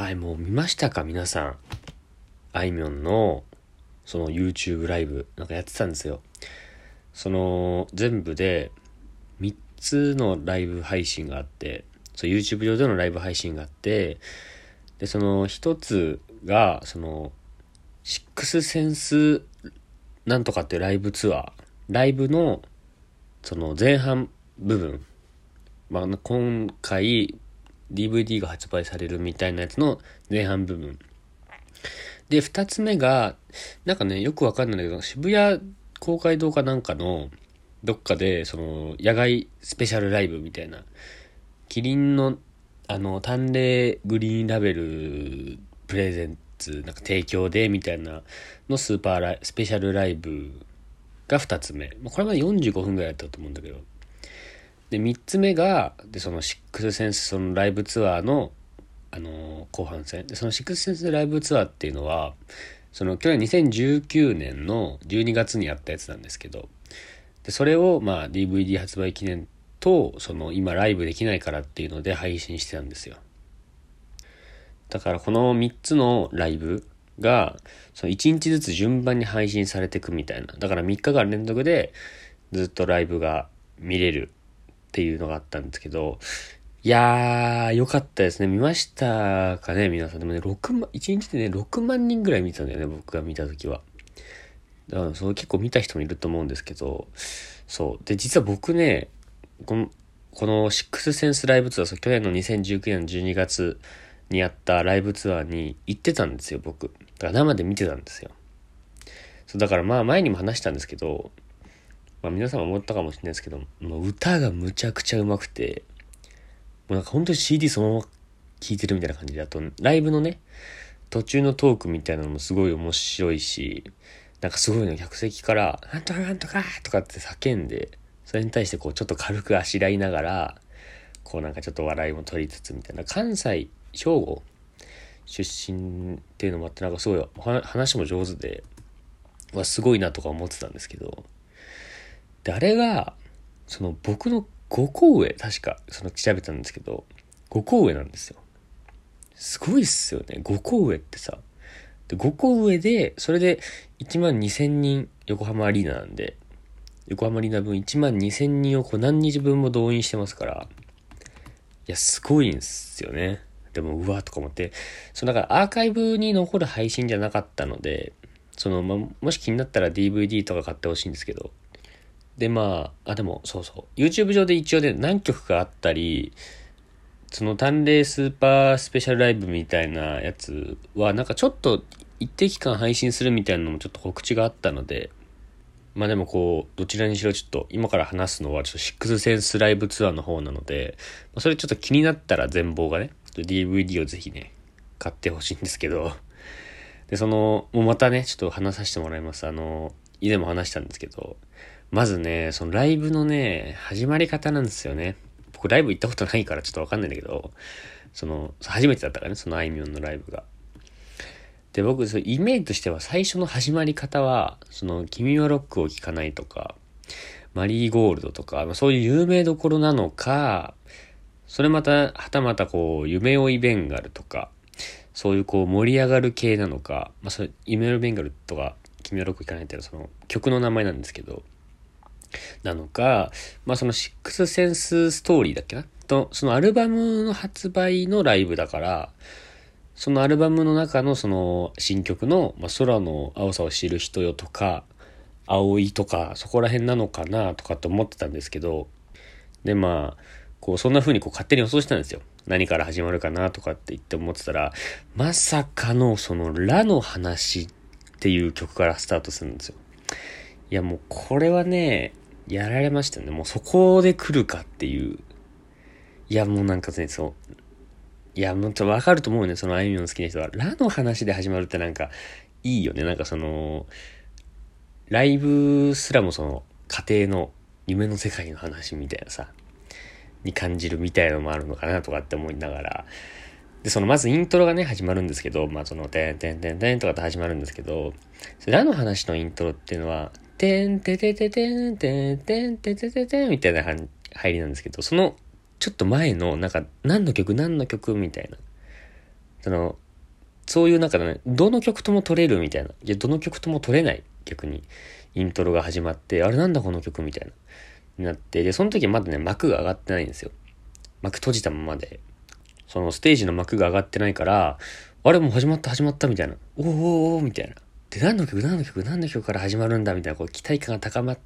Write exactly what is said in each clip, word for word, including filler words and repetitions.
はい、もう見ましたか皆さん。あいみょんのその YouTube ライブなんかやってたんですよ。その全部でみっつのライブ配信があって、そう YouTube 上でのライブ配信があって、でその一つがそのシックスセンスなんとかっていうライブツアー、ライブのその前半部分、まあ今回 ディーブイディー が発売されるみたいなやつの前半部分で、二つ目がなんかね、よくわかんないんだけど、渋谷公会堂かなんかのどっかでその野外スペシャルライブみたいな、キリンのあの淡麗グリーンラベルプレゼンツなんか提供でみたいなのスーパーライスペシャルライブが二つ目、これまでよんじゅうごふんぐらいだったと思うんだけど、で三つ目がでそのシックスセンスそのライブツアーのあの後半戦で、そのシックスセンスライブツアーっていうのはその去年にせんじゅうきゅうねんのじゅうにがつにやったやつなんですけど、でそれをまあ ディーブイディー 発売記念とその今ライブできないからっていうので配信してたんですよ。だからこのみっつのライブがそのいちにちずつ順番に配信されていくみたいな、だからみっかかん連続でずっとライブが見れるっていうのがあったんですけど、いやー良かったですね。見ましたかね皆さん。でもねろくまんいちにちでねろくまんにんぐらい見てたんだよね、僕が見た時は。だからそう結構見た人もいると思うんですけど、そうで実は僕ねこのこのシックスセンスライブツアー、去年のにせんじゅうきゅうねんのじゅうにがつにやったライブツアーに行ってたんですよ僕。だから生で見てたんですよ。そうだからまあ前にも話したんですけど、まあ、皆さんも思ったかもしれないですけど、もう歌がむちゃくちゃうまくて、もうなんか本当に シーディー そのまま聴いてるみたいな感じで、あとライブのね途中のトークみたいなのもすごい面白いし、なんかすごいの客席からなんとかなんとかとかって叫んで、それに対してこうちょっと軽くあしらいながらこうなんかちょっと笑いも取りつつみたいな、関西兵庫出身っていうのもあってなんかすごい話も上手で、わすごいなとか思ってたんですけど、であれがその僕のごこ上、確かその調べたんですけどごこ上なんですよ。すごいっすよね、ごこ上ってさ。でごこ上でそれでいちまんにせんにん、横浜アリーナなんで横浜アリーナ分いちまんにせんにんをこう何日分も動員してますから、いやすごいんすよね。でもうわとか思って、そのだからアーカイブに残る配信じゃなかったので、その、ま、もし気になったら ディーブイディー とか買ってほしいんですけど、でまああでもそうそう YouTube 上で一応ね何曲かあったり、その淡麗スーパースペシャルライブみたいなやつはなんかちょっと一定期間配信するみたいなのもちょっと告知があったので、まあでもこうどちらにしろちょっと今から話すのはちょっとシックスセンスライブツアーの方なので、それちょっと気になったら全貌がね ディーブイディー をぜひね買ってほしいんですけど、でそのもうまたねちょっと話させてもらいます。あの以前も話したんですけど、まずねそのライブのね始まり方なんですよね。僕ライブ行ったことないからちょっとわかんないんだけど、その初めてだったからね、そのあいみょんのライブが。で僕そのイメージとしては最初の始まり方はその君はロックを聴かないとかマリーゴールドとか、まあ、そういう有名どころなのか、それまたはたまたこう夢追いベンガルとかそういうこう盛り上がる系なのか、まあそれ夢追いベンガルとか君はロック聴かないっていうのはその曲の名前なんですけどなのか、まあそのシックスセンスストーリーだっけなと、そのアルバムの発売のライブだから、そのアルバムの中のその新曲の、まあ、空の青さを知る人よとか葵とかそこら辺なのかなとかって思ってたんですけど、でまあこうそんな風にこう勝手に予想したんですよ。何から始まるかなとかって言って思ってたら、まさかのそのラの話っていう曲からスタートするんですよ。いやもうこれはねやられましたね。もうそこで来るかっていう。いやもうなんかね、そう。いやもうちょっとわかると思うね。そのあいみょん好きな人は。ラの話で始まるってなんかいいよね。なんかその、ライブすらもその家庭の夢の世界の話みたいなさ、に感じるみたいなのもあるのかなとかって思いながら。で、そのまずイントロがね、始まるんですけど、まあその、てんてんてんてんとかって始まるんですけど、ラの話のイントロっていうのは、てんててててんてんてんててててんみたいな入りなんですけど、そのちょっと前のなんか何の曲何の曲みたいなその、そういう中でね、どの曲とも取れるみたいな。いや、どの曲とも取れない。逆に。イントロが始まって、あれなんだこの曲みたいな。になって、で、その時まだね、幕が上がってないんですよ。幕閉じたままで。そのステージの幕が上がってないから、あれもう始まった始まったみたいな。おーおーおーみたいな。で、何の曲何の曲何の曲から始まるんだみたいな、こう期待感が高まって、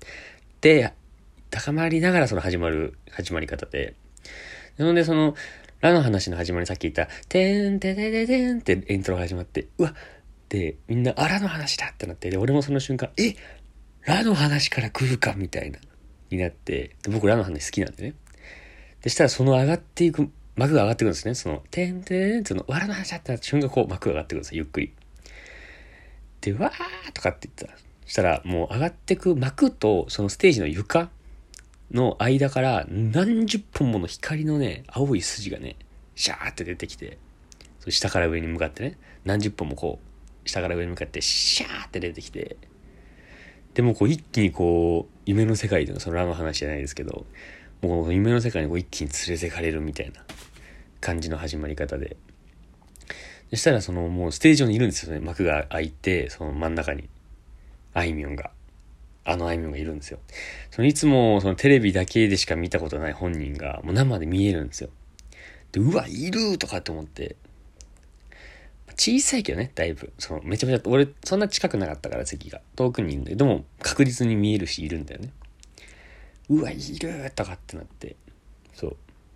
高まりながらその始まる、始まり方で。なので、その、ラの話の始まりさっき言った、てーんててててんってエントロが始まって、うわで、みんな、あ、ラの話だってなって、で、俺もその瞬間、えラの話から来るかみたいな、になって、で僕ラの話好きなんでね。でしたら、その上がっていく、幕が上がってくるんですね。その、てんてんって、その、わらの話だってなった瞬間、こう、幕が上がってくるんですよ、ゆっくり。で、わーとかって言ったら、そしたら、もう上がってく幕と、そのステージの床の間から何十本もの光のね、青い筋がね、シャーって出てきて、下から上に向かってね、何十本もこう、下から上に向かってシャーって出てきて、でもこう一気にこう、夢の世界でのそのラの話じゃないですけど、もう夢の世界にこう一気に連れてかれるみたいな感じの始まり方で。そしたらそのもうステージ上にいるんですよね。幕が開いて、その真ん中に、あいみょんが。あのあいみょんがいるんですよ。そのいつもそのテレビだけでしか見たことない本人がもう生で見えるんですよ。で、うわ、いるとかって思って、小さいけどね、だいぶ。そのめちゃめちゃ、俺そんな近くなかったから席が。遠くにいるんだけど、でも確実に見えるしいるんだよね。うわ、いるとかってなって。そう。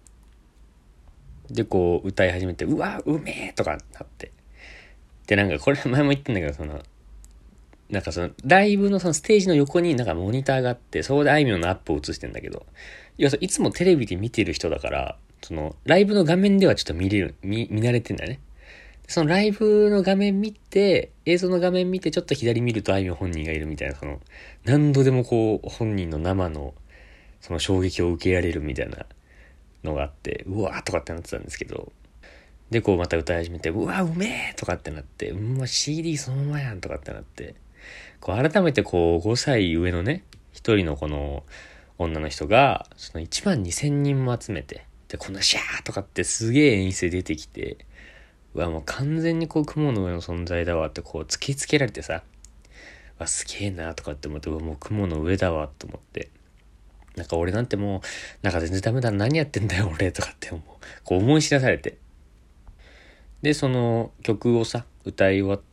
で、こう歌い始めて、うわ、うめえとかなって。で、なんかこれ前も言ってんだけど、その、なんかそのライブのそのステージの横になんかモニターがあって、そこであいみょんのアップを映してんだけど、要は、いつもテレビで見てる人だから、そのライブの画面ではちょっと見れる、見、見慣れてんだよね。そのライブの画面見て、映像の画面見てちょっと左見るとあいみょん本人がいるみたいな、その何度でもこう本人の生のその衝撃を受けられるみたいなのがあって、うわーとかってなってたんですけど、でこうまた歌い始めて、うわうめーとかってなって、うんま シーディー そのままやんとかってなって、こう改めてこうごさい上のね一人のこの女の人がそのいちまんにせんにんも集めて、でこんなシャーとかってすげえ演出で出てきて、うわもう完全にこう雲の上の存在だわってこう突きつけられてさ、わすげえなとかって思って、うわもう雲の上だわと思って、なんか俺なんてもうなんか全然ダメだ、何やってんだよ俺とかって思う、こう思い知らされて、でその曲をさ歌い終わって、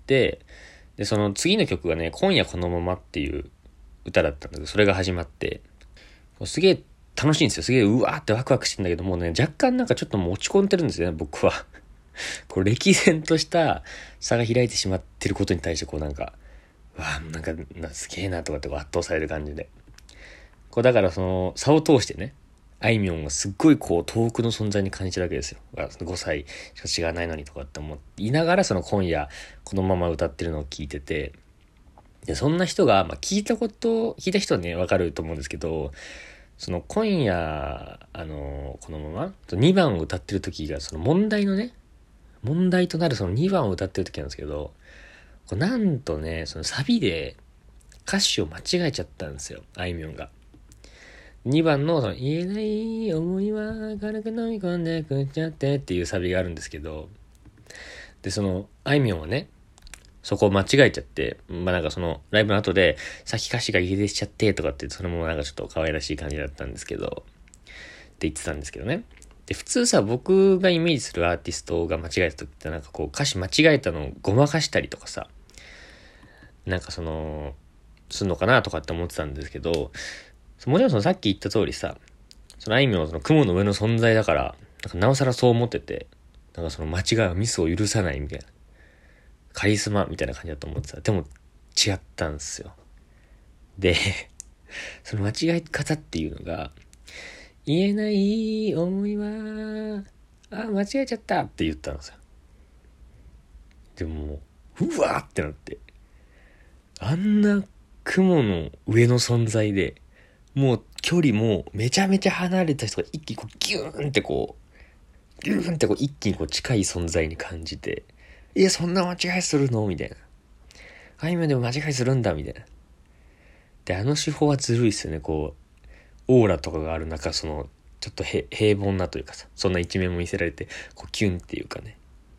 でその次の曲がね、今夜このままっていう歌だったんだけど、それが始まって、すげえ楽しいんですよ。すげえうわーってワクワクしてんだけどもね、若干なんかちょっともう落ち込んでるんですよね、僕は。こう歴然とした差が開いてしまってることに対して、こうなんか、うわーなんかなすげえなとかって圧倒される感じで。こうだからその差を通してね、あいみょんがすっごいこう遠くの存在に感じてるわけですよ。ごさいしか違わないのにとかって思いながら、その今夜このまま歌ってるのを聞いてて、でそんな人が、まあ、聞いたこと聞いた人はねわかると思うんですけど、その今夜あのこのままにばんを歌ってる時が、その問題のね問題となるそのにばんを歌ってる時なんですけど、こうなんとねそのサビで歌詞を間違えちゃったんですよ、あいみょんが。にばんの、その言えない思いは軽く飲み込んでくっちゃってっていうサビがあるんですけど、でそのあいみょんはねそこを間違えちゃって、まあなんかそのライブの後で先歌詞が家出しちゃってとかって、それもなんかちょっと可愛らしい感じだったんですけどって言ってたんですけどね。で普通さ、僕がイメージするアーティストが間違えた時ってなんかこう歌詞間違えたのをごまかしたりとかさ、なんかそのすんのかなとかって思ってたんですけど、もちろんそのさっき言った通りさ、そのあいみょんはその雲の上の存在だから、なんかなおさらそう思ってて、なんかその間違いミスを許さないみたいな、カリスマみたいな感じだと思ってた。でも違ったんですよ。でその間違い方っていうのが、言えない思いはあ間違えちゃったって言ったんですよ。でもうわーってなって、あんな雲の上の存在で、もう距離もめちゃめちゃ離れた人が一気にこうギューンってこうギューンってこう一気にこう近い存在に感じて、いやそんな間違いするのみたいな、あいみょんでも間違いするんだみたいな。であの手法はずるいっすよね。こうオーラとかがある中、そのちょっとへ平凡なというかさ、そんな一面も見せられて、こうキュンっていうかね、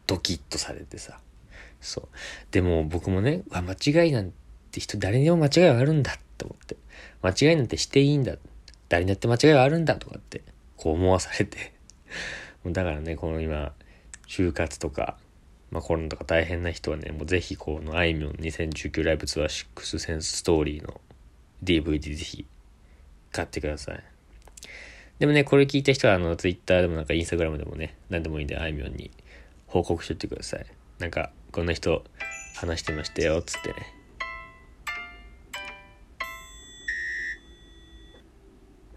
ドキッとされてさ。そう。でも僕もね、あ、間違いなんて人、誰にでも間違いはあるんだって思って。間違いなんてしていいんだ。誰にだって間違いはあるんだとかって、こう思わされて。だからね、この今、就活とか、まあコロナとか大変な人はね、もうぜひこのあいみょんにせんじゅうきゅうライブツアーシックスセンスストーリーの ディーブイディー ぜひ買ってください。でもね、これ聞いた人はあの Twitter でもなんか Instagram でもね、何でもいいんであいみょんに報告しといてください。なんかこんな人話してましたよっつってね。